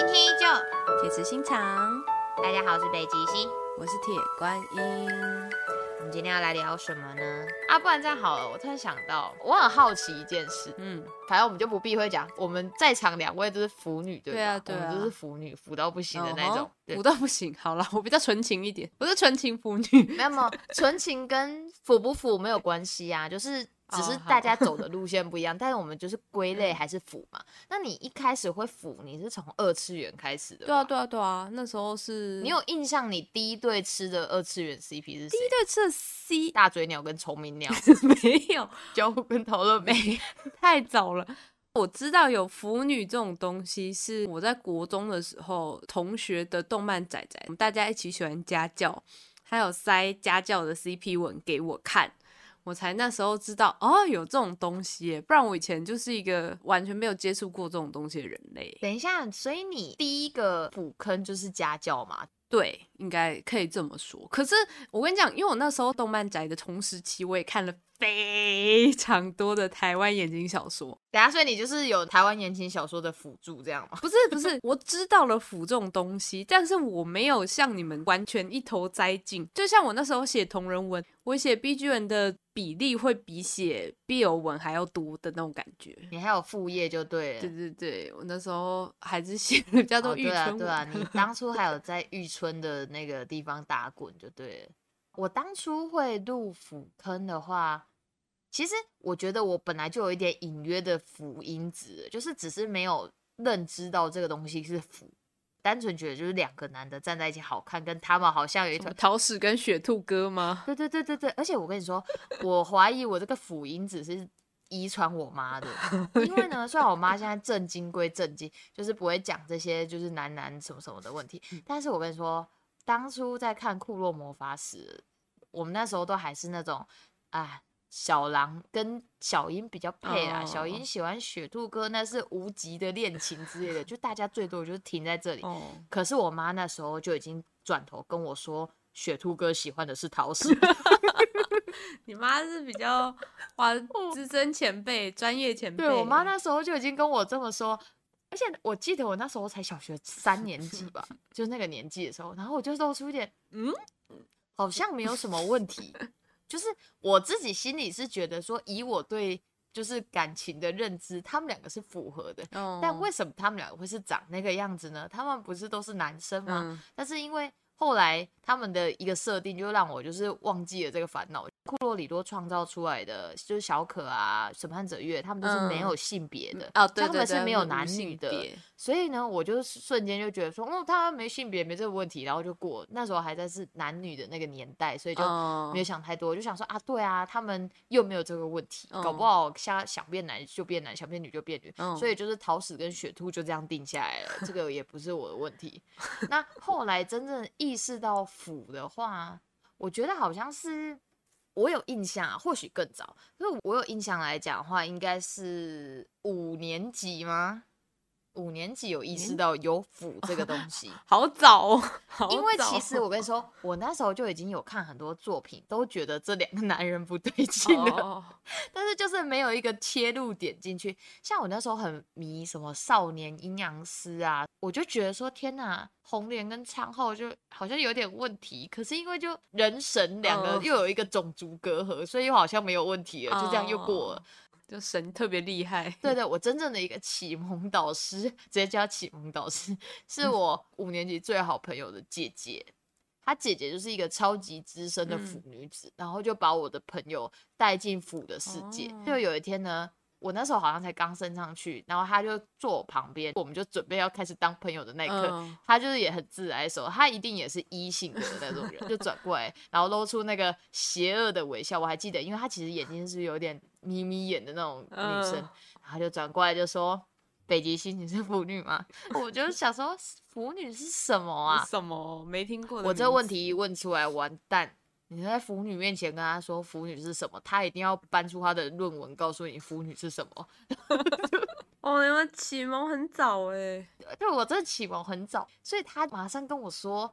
天依旧， 铁石心肠。 大家好，我是北极星， 我是铁观音。 我们今天要来聊什么呢？不然这样好了，我突然想到，我很好奇一件事。反正我们就不避讳讲，我们在场2位都是腐女，对吧？ 对啊， 我们都是腐女，腐到不行的那种。 腐到不行。好了，我比较纯情一点，我是纯情腐女。 没有，纯情跟腐不腐没有关系啊，就是只是大家走的路线不一样，但是我们就是归类还是腐嘛。那你一开始会腐，你是从2次元开始的吧？ 对啊，那时候是。 你有印象你第一对吃的2次元 CP 是谁？ 第一对吃的 C 大嘴鸟跟虫鸣鸟没有， 交互跟陶乐美太早了。我知道有腐女这种东西，是我在国中的时候，同学的动漫仔仔，我们大家一起喜欢家教，还有塞家教的 CP 文给我看，我才那时候知道有这种东西耶，不然我以前就是一个完全没有接触过这种东西的人类。 等一下，所以你第一个腐坑就是家教嘛？ 对，应该可以这么说。可是我跟你讲，因为我那时候动漫宅的同时期，我也看了非常多的台湾言情小说。 等一下，所以你就是有台湾言情小说的辅助这样吗？ 不是，我知道了腐这种东西，但是我没有像你们完全一头栽进。就像我那时候写同人文，我写 BG 文的比例会比写 BL 文还要多的那种感觉。 你还有副业就对了。 对，我那时候还是写了比较多玉春文。 对啊，你当初还有在玉春的那个地方打滚就对了。我当初会入腐坑的话，其实我觉得我本来就有一点隐约的腐因子，就是只是没有认知到这个东西是腐，单纯觉得就是2个男的站在一起好看，跟他们好像有一团桃矢跟雪兔哥吗？ 对，而且我跟你说，我怀疑我这个腐因子是遗传我妈的，因为呢，虽然我妈现在正经归正经，就是不会讲这些就是男什么什么的问题，但是我跟你说，当初在看《库洛魔法使》，我们那时候都还是那种小狼跟小樱比较配啦，小樱喜欢雪兔哥，那是无极的恋情之类的，就大家最多就是停在这里。可是我妈那时候就已经转头跟我说，雪兔哥喜欢的是桃矢。 你妈是比较资深前辈、专业前辈。 对，我妈那时候就已经跟我这么说，而且我记得我那时候才小学3年级吧，就是那个年纪的时候，然后我就露出一点好像没有什么问题。就是我自己心里是觉得说，以我对就是感情的认知，他们2个是符合的。但为什么他们2个会是长那个样子呢？他们不是都是男生吗？但是因为后来他们的一个设定，就让我就是忘记了这个烦恼。库洛里多创造出来的就是小可啊、审判者月，他们都是没有性别的对， 他们是没有男女的。所以呢，我就瞬间就觉得说，他们没性别，没这个问题，然后就过。那时候还在是男女的那个年代，所以就没有想太多，就想说对啊，他们又没有这个问题，搞不好想变男就变男，想变女就变女。所以就是桃矢跟雪兔就这样定下来了，这个也不是我的问题。那后来真正意识到腐的话，我觉得好像是我有印象或许更早，可是我有印象来讲的话，应该是5年级吗？5年级有意识到有腐这个东西， 好早哦。 因为其实我跟你说，我那时候就已经有看很多作品，都觉得这2个男人不对劲了，但是就是没有一个切入点进去。像我那时候很迷什么少年阴阳师啊，我就觉得说天哪，红莲跟昌后就好像有点问题，可是因为就人神2个又有一个种族隔阂，所以又好像没有问题了，就这样又过了。 就神特别厉害。 对，我真正的一个启蒙导师，直接叫启蒙导师，是我5年级最好朋友的姐姐。她姐姐就是一个超级资深的腐女子，然后就把我的朋友带进腐的世界。就有一天呢，我那时候好像才刚升上去，然后他就坐我旁边，我们就准备要开始当朋友的那一刻，他就是也很自来熟，他一定也是异性的那种人，就转过来，然后露出那个邪恶的微笑。我还记得，因为他其实眼睛是有点眯眯眼的那种女生，然后就转过来就说：“北极星，你是腐女吗？”我就想说，腐女是什么啊？ 什么没听过的？ 我这个问题一问出来，完蛋！你在腐女面前跟他说腐女是什么，他一定要搬出他的论文告诉你腐女是什么。 你们启蒙很早哎。 对，我这启蒙很早，所以他马上跟我说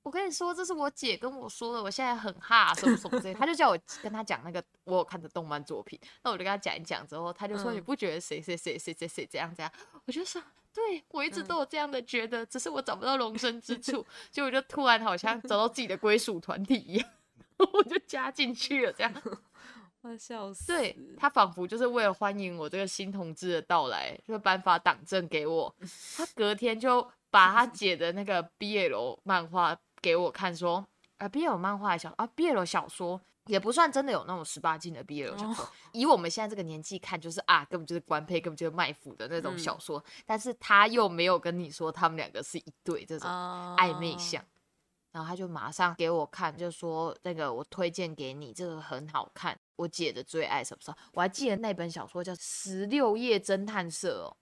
我跟你说，这是我姐跟我说的，我现在很哈什么什么之类的，他就叫我跟他讲那个我有看的动漫作品，那我就跟他讲一讲之后，他就说你不觉得谁谁谁谁谁谁这样这样，我就说对我一直都有这样的觉得，只是我找不到容身之处，结果就突然好像找到自己的归属团体一样，我就加进去了这样。 我笑死。 对，他仿佛就是为了欢迎我这个新同志的到来，就颁发党证给我。他隔天就把他姐的那个 BL 漫画给我看，说BL 漫画BL 小说也不算真的有那种18禁的 BL 小说，以我们现在这个年纪看，就是根本就是官配，根本就是卖腐的那种小说。但是他又没有跟你说他们两个是一对这种暧昧相。然后他就马上给我看，就说那个我推荐给你，这个很好看，我姐的最爱什么什么。我还记得那本小说叫《16夜侦探社》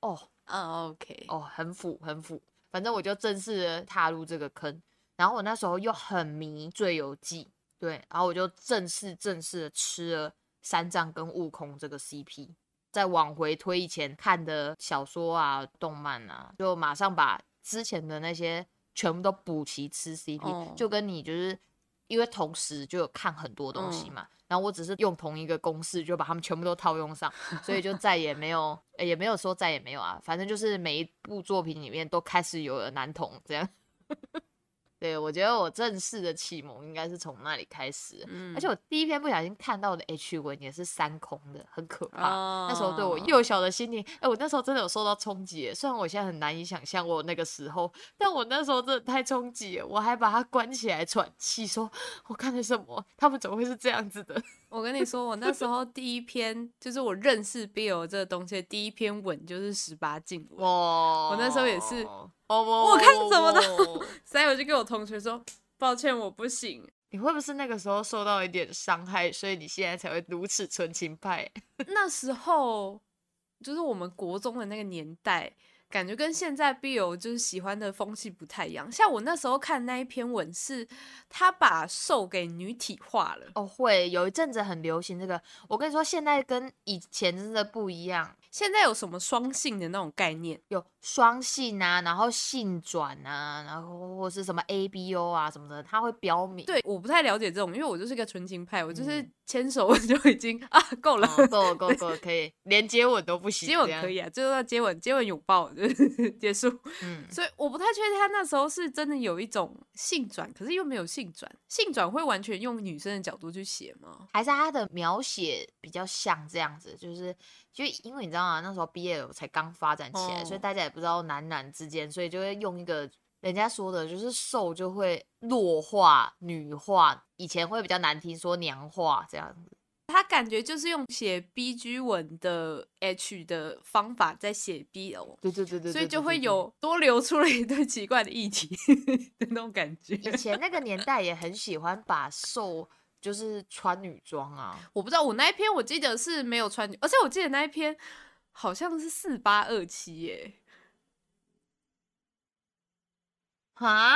OK， 很腐很腐。反正我就正式的踏入这个坑，然后我那时候又很迷《醉游记》，对，然后我就正式的吃了三藏跟悟空这个 CP。再往回推以前看的小说啊、动漫啊，就马上把之前的那些全部都补齐吃 CP，就跟你就是因为同时就有看很多东西嘛，然后我只是用同一个公式就把他们全部都套用上，所以就再也没有也没有说再也没有啊，反正就是每一部作品里面都开始有了男同这样。对，我觉得我正式的启蒙应该是从那里开始，而且我第一篇不小心看到的 H 文也是3空的，很可怕。那时候对我幼小的心灵，我那时候真的有受到冲击耶，虽然我现在很难以想象我那个时候，但我那时候真的太冲击了，我还把它关起来喘气，说我看了什么，他们怎么会是这样子的？ 我跟你说，我那时候第一篇就是我认识 BL 这个东西的第一篇文就是18禁文，我那时候也是。我看什么的，塞回去跟我同学说，抱歉我不行。 你会不会是那个时候受到一点伤害，所以你现在才会如此纯情派？ 那时候就是我们国中的那个年代，感觉跟现在 BL 就是喜欢的风气不太一样。像我那时候看那一篇文是，他把受给女体化了。 会有一阵子很流行这个。我跟你说，现在跟以前真的不一样。 现在有什么双性的那种概念？ 有双性啊，然后性转啊，然后或是什么 ABO 啊什么的，它会标明。 对，我不太了解这种，因为我就是个纯情派，我就是牵手就已经够了， 够了，可以，连接吻都不行。 接吻可以啊，最后要接吻拥抱结束。所以我不太确定他那时候是真的有一种性转，可是又没有性转。性转会完全用女生的角度去写吗？ 还是他的描写比较像这样子，就因为你知道吗？那时候 BL 才刚发展起来，所以大家也不知道男之间，所以就会用一个人家说的，就是受就会弱化、女化，以前会比较难听，说娘化这样子。 他感觉就是用写 BG 文的 H 的方法在写 BL， 对， 所以就会有多流出了一堆奇怪的议题的那种感觉。 以前那个年代也很喜欢把受就是穿女装啊， 我不知道，我那一篇我记得是没有穿女，而且我记得那一篇好像是4827耶。 哈，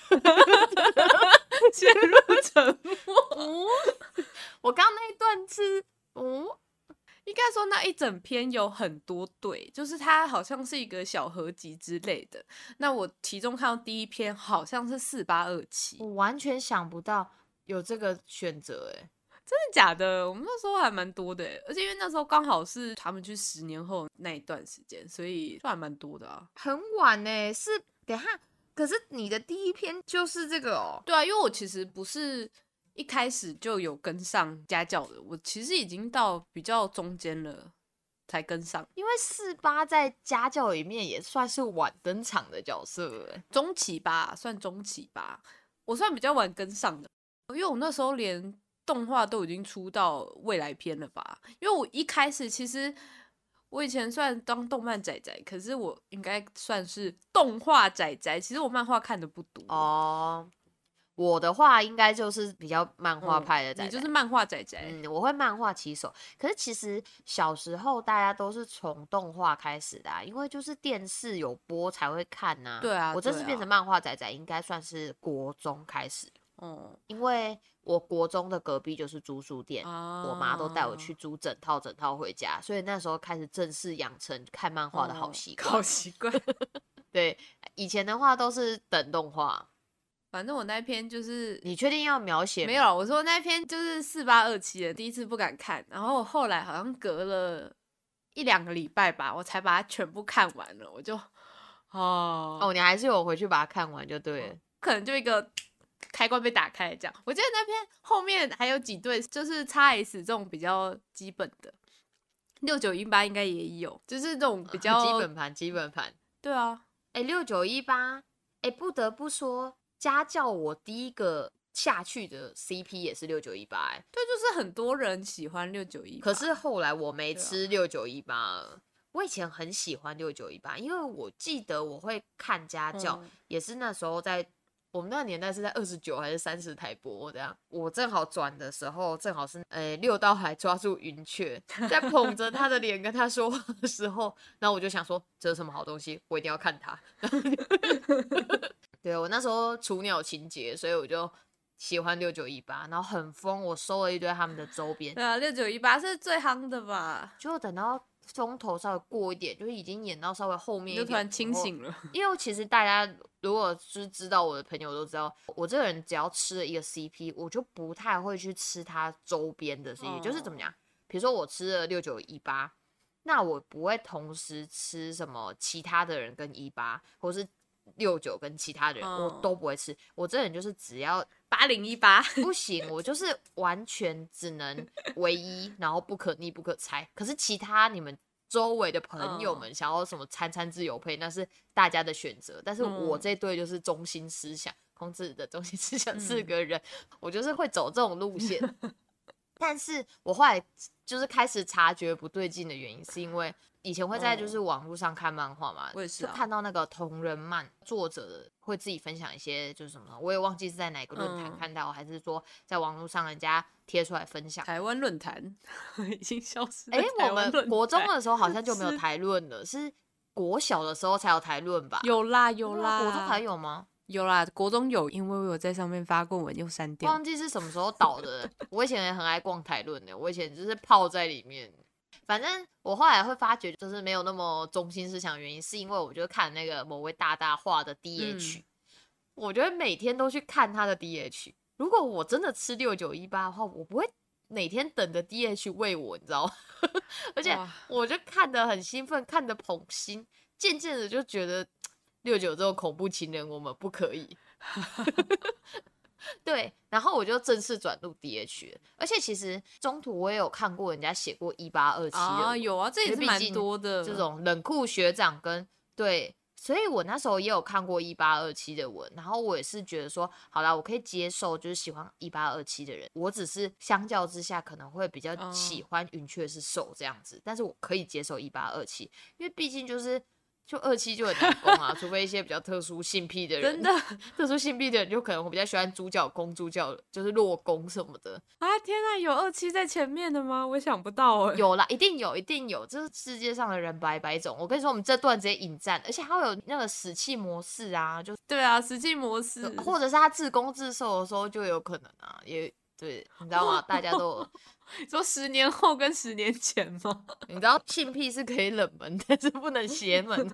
陷入沉默。 我刚刚那一段是应该说那一整篇有很多对，就是它好像是一个小合集之类的。那我其中看到第一篇好像是4827， 我完全想不到有这个选择真的假的？我们那时候还蛮多的而且因为那时候刚好是他们去10年后那一段时间，所以就还蛮多的啊。 很晚是等一下，可是你的第一篇就是这个对啊，因为我其实不是一开始就有跟上家教的，我其实已经到比较中间了才跟上。 因为48在家教里面也算是晚登场的角色中期吧，算中期吧，我算比较晚跟上的，因为我那时候连动画都已经出到未来篇了吧。因为我一开始其实我以前算当动漫宅宅，可是我应该算是动画宅宅，其实我漫画看的不多我的话应该就是比较漫画派的宅宅， 你就是漫画宅宅。 我会漫画起手，可是其实小时候大家都是从动画开始的因为就是电视有播才会看对啊， 我这次变成漫画宅宅应该算是国中开始因为我国中的隔壁就是租书店我妈都带我去租整套回家，所以那时候开始正式养成看漫画的好习惯。 好习惯。 对，以前的话都是等动画。 反正我那篇就是你确定要描写吗？ 没有，我说那篇就是4827的，第一次不敢看，然后后来好像隔了1-2个礼拜吧，我才把它全部看完了，我就哦，你还是有回去把它看完就对了。 可能就一个开关被打开这样。我记得那篇后面还有几对，就是 XS 这种比较基本的，6918应该也有，就是这种比较基本盘。 对啊 ，6918，不得不说，家教我第一个下去的 CP 也是6918， 对，就是很多人喜欢6918， 可是后来我没吃6918了。我以前很喜欢6918，因为我记得我会看家教，也是那时候在我们那个年代是在29还是30台播这样。我正好转的时候，正好是6刀还抓住云雀，在捧着他的脸跟他说话的时候，然后我就想说这是什么好东西，我一定要看他。对，我那时候雏鸟情节，所以我就喜欢6918，然后很疯，我收了一堆他们的周边。 对啊，6918是最夯的吧？ 就等到风头稍微过一点，就是已经演到稍微后面一点， 就突然清醒了。 因为其实大家如果是知道我的朋友都知道，我这个人只要吃了一个 CP， 我就不太会去吃它周边的 CP，就是怎么讲？比如说我吃了6918，那我不会同时吃什么其他的人跟18，或是69跟其他的人，我都不会吃。我这人就是只要 8018 不行，我就是完全只能唯一，然后不可逆不可拆。可是其他你们周围的朋友们想要什么餐餐自由配，那是大家的选择。但是我这对就是中心思想，孔子的中心思想是个人，我就是会走这种路线。但是我后来就是开始察觉不对劲的原因，是因为以前会在就是网络上看漫画嘛， 我也是就看到那个同人漫作者的会自己分享一些就是什么，我也忘记是在哪个论坛看到，还是说在网络上人家贴出来分享。 台湾论坛已经消失了。 我们国中的时候好像就没有台论了，是国小的时候才有台论吧？ 有啦有啦， 国中还有吗？ 有啦，国中有，因为我有在上面发过文又删掉， 忘记是什么时候倒的。我以前也很爱逛台论的，我以前就是泡在里面。反正我后来会发觉，就是没有那么中心思想的原因，是因为我就看那个某位大大画的 DH，我觉得每天都去看他的 DH。如果我真的吃6918的话，我不会每天等着 DH 喂我，你知道吗？而且我就看得很兴奋，看得捧心，渐渐的就觉得69这种恐怖情人我们不可以。对，然后我就正式转入 DH 了。而且其实中途我也有看过人家写过1827的啊，有啊，这也是蛮多的。 这种冷酷学长跟对，所以我那时候也有看过1827的文，然后我也是觉得说，好啦，我可以接受，就是喜欢1827的人，我只是相较之下可能会比较喜欢云雀是受这样子，但是我可以接受1827，因为毕竟就27就很难攻啊，除非一些比较特殊性癖的人， 真的特殊性癖的人就可能我比较喜欢主角攻、主角就是弱攻什么的啊！天啊，有27在前面的吗？我想不到有啦，一定有，一定有，这是世界上的人百百种。我跟你说，我们这段直接引战，而且还会有那个死气模式啊，就对啊，死气模式， 或者是他自攻自受的时候就有可能啊，也对，你知道吗？大家都有。 说10年后跟10年前吗？ 你知道性癖是可以冷门，但是不能邪门。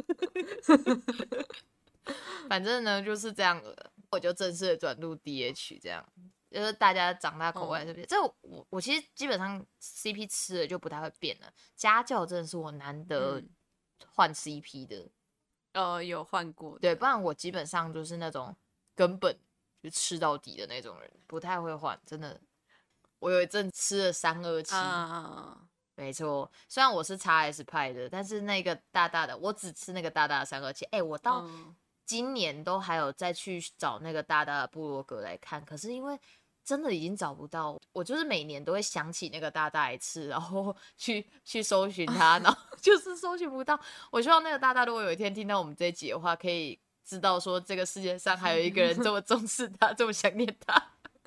反正呢就是这样了，我就正式的转入 DH， 这样就是大家长大口味是不是？这我其实基本上 CP 吃了就不太会变了。家教真的是我难得换 CP 的， 有换过的， 对，不然我基本上就是那种根本就吃到底的那种人，不太会换，真的。我有一阵吃了327，没错。虽然我是 XS 派的，但是那个大大的，我只吃那个大大的327。我到今年都还有再去找那个大大的部落格来看，可是因为真的已经找不到，我就是每年都会想起那个大大一次，然后去搜寻他，然后就是搜寻不到。我希望那个大大如果有一天听到我们这一集的话，可以知道说这个世界上还有一个人这么重视他，这么想念他。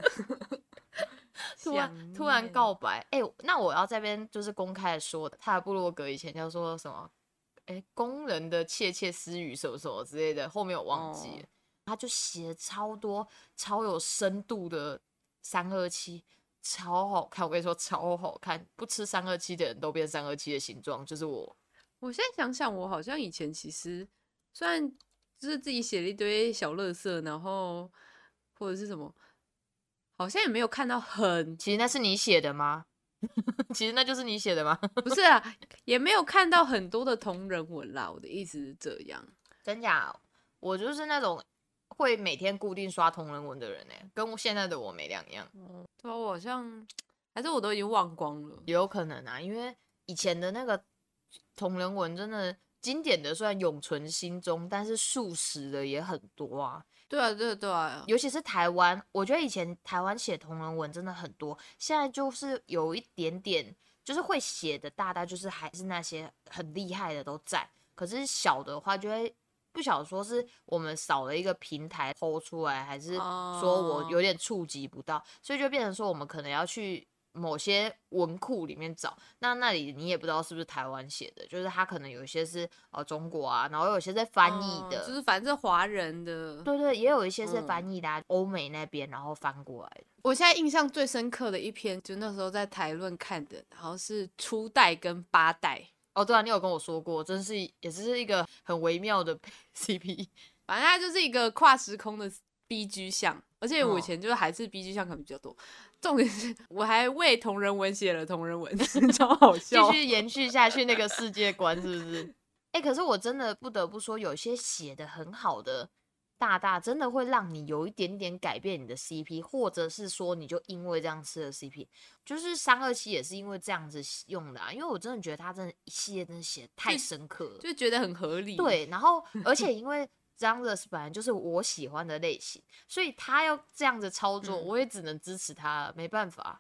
突然告白，那我要这边就是公开的说，他的部落格以前叫做什么？工人的窃窃私语什么什么之类的，后面我忘记了。他就写超多超有深度的327，超好看。我跟你说，超好看。不吃327的人都变327的形状，就是我。 我现在想想，我好像以前其实虽然就是自己写了一堆小垃圾，然后或者是什么，好像也没有看到很， 其实那是你写的吗？其实那就是你写的吗？ 不是啊，也没有看到很多的同人文啦。我的意思是这样。 真假？我就是那种会每天固定刷同人文的人跟我现在的我没两样。 对啊，我好像还是我都已经忘光了。 也有可能啊，因为以前的那个同人文真的经典的虽然永存心中，但是速食的也很多啊。 对啊，对啊，对啊， 尤其是台湾，我觉得以前台湾写同人文真的很多，现在就是有一点点，就是会写的大大就是还是那些很厉害的都在，可是小的话就会不晓得说是我们少了一个平台抛出来，还是说我有点触及不到，所以就变成说我们可能要去某些文库里面找，那里你也不知道是不是台湾写的，就是它可能有一些是中国啊，然后有些在翻译的， 就是反正华人的， 对对，也有一些是翻译的欧美那边然后翻过来的。 我现在印象最深刻的一篇，就那时候在台论看的，然后是初代跟八代。 哦，对啊，你有跟我说过，真是也是一个很微妙的 CP， 反正它就是一个跨时空的 BG 项，而且我以前就是还是 BG 项可能比较多。重点是我还为同人文写了同人文，超好笑。 继续延续下去那个世界观是不是？可是我真的不得不说，有些写的很好的大大真的会让你有一点点改变你的 CP， 或者是说你就因为这样吃了 CP， 就是327也是因为这样子用的啊，因为我真的觉得他真的一系列真的写得太深刻了， 就觉得很合理。 对，然后而且因为Genres 本来就是我喜欢的类型，所以他要这样子操作，我也只能支持他了，没办法。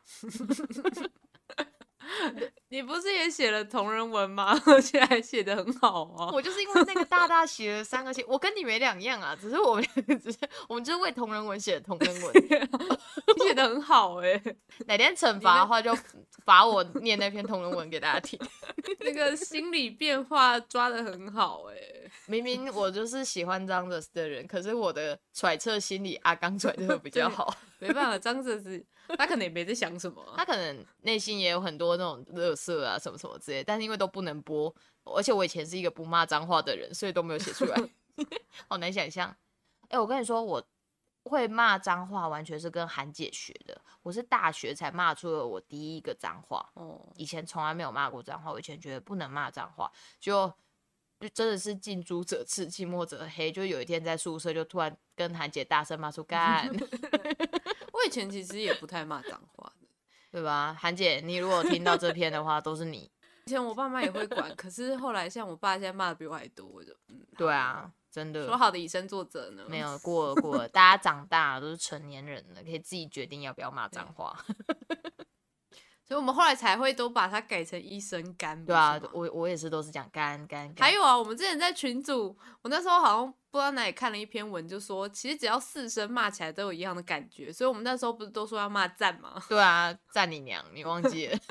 你不是也写了同人文吗？而且还写得很好啊！ 我就是因为那个大大写了327，我跟你没两样啊，只是我们就是为同人文写的同人文， 你写得很好哪天惩罚的话就罚我念那篇同人文给大家听。 那个心理变化抓得很好明明我就是喜欢张哲的人，可是我的揣测心理阿刚揣测比较好。 没办法，张哲是他可能也没在想什么他可能内心也有很多那种垃圾啊什么什么之类，但是因为都不能播，而且我以前是一个不骂脏话的人，所以都没有写出来。好难想象。我跟你说，我会骂脏话完全是跟韩姐学的，我是大学才骂出了我第一个脏话。以前从来没有骂过脏话，我以前觉得不能骂脏话，就真的是近朱者赤，近墨者黑。就有一天在宿舍，就突然跟韩姐大声骂出干。 我以前其实也不太骂脏话的， 对吧？韩姐，你如果听到这篇的话，都是你。 以前我爸妈也会管，可是后来像我爸现在骂的比我还多，我就对啊，真的。 说好的以身作则呢？ 没有，过了，大家长大了都是成年人了，可以自己决定要不要骂脏话。 所以我们后来才会都把它改成一声干。 对啊，我也是都是讲干。 还有啊，我们之前在群组，我那时候好像不知道哪里看了一篇文，就说其实只要4声骂起来都有一样的感觉，所以我们那时候不是都说要骂赞吗？ 对啊，赞你娘，你忘记了？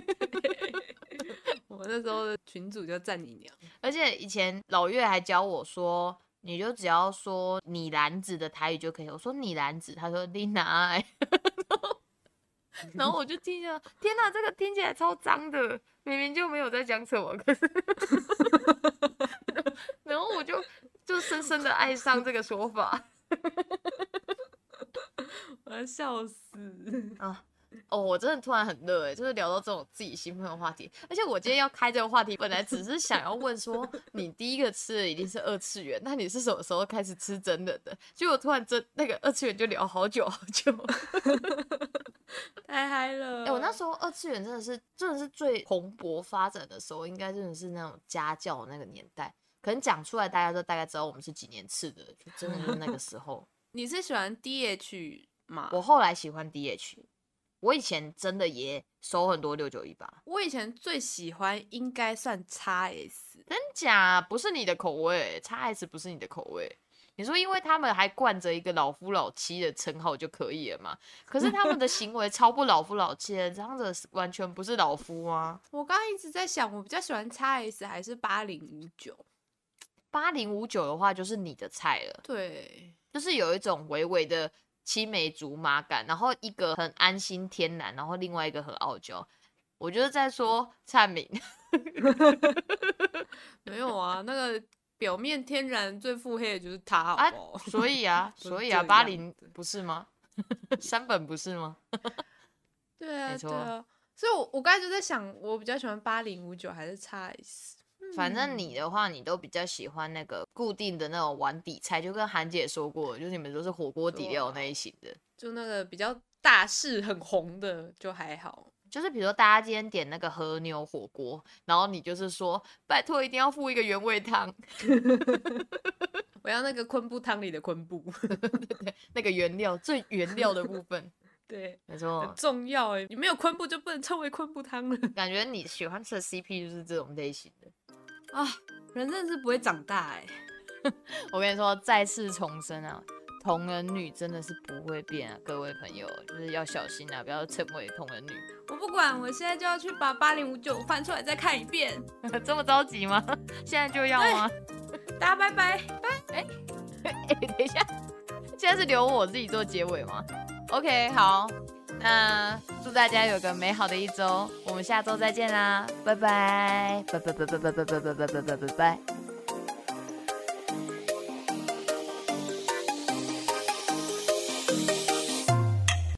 我们那时候的群组叫赞你娘， 而且以前老岳还教我说，你就只要说你篮子的台语就可以。我说你篮子，他说你哪来？然后我就听着，天哪，这个听起来超脏的，明明就没有在讲什么，可是，然后我就深深的爱上这个说法， 我要笑死啊！我真的突然很热就是聊到这种自己兴奋的话题，而且我今天要开这个话题，本来只是想要问说，你第一个吃的一定是2次元，那你是什么时候开始吃真人的？结果突然那个2次元就聊好久好久。 太嗨了！ 我那时候2次元真的是最蓬勃发展的时候，应该真的是那种家教那个年代，可能讲出来大家都大概知道我们是几年次的，就真的就是那个时候。 你是喜欢 DH 吗？ 我后来喜欢 DH， 我以前真的也收很多6918。 我以前最喜欢应该算 XS， 真假？不是你的口味，XS 不是你的口味。你说因为他们还冠着一个老夫老妻的称号就可以了嘛？可是他们的行为超不老夫老妻的，这样子完全不是老夫吗？ 我刚刚一直在想，我比较喜欢 XS 还是 8059？8059的话就是你的菜了。 对， 就是有一种微微的青梅竹马感，然后一个很安心天然，然后另外一个很傲娇。我就是在说灿明。 没有啊，那个表面天然最腹黑的就是他，好不好？ 所以啊，80不是吗？山本不是吗？ 对啊， 没错对啊。所以我刚才就在想，我比较喜欢8059还是 XS。 反正你的话，你都比较喜欢那个固定的那种碗底菜，就跟韩姐说过，就是你们都是火锅底料那一型的， 就那个比较大式很红的就还好。 就是比如说大家今天点那个和牛火锅，然后你就是说拜托一定要附一个原味汤， 我要那个昆布汤里的昆布， 对，那个原料最原料的部分， 对， 没错， 很重要哎，你没有昆布就不能称为昆布汤了。 感觉你喜欢吃的 CP 就是这种类型的啊，人真的是不会长大哎。 我跟你说，再次重申啊，同人女真的是不会变啊，各位朋友就是要小心啊，不要成为同人女。 我不管，我现在就要去把8059翻出来再看一遍。 这么着急吗？现在就要吗？ 大家拜拜。 等一下，现在是留我自己做结尾吗 ？OK， 好，那祝大家有个美好的一周，我们下周再见啦，拜拜，拜拜拜拜拜拜拜拜拜拜拜拜。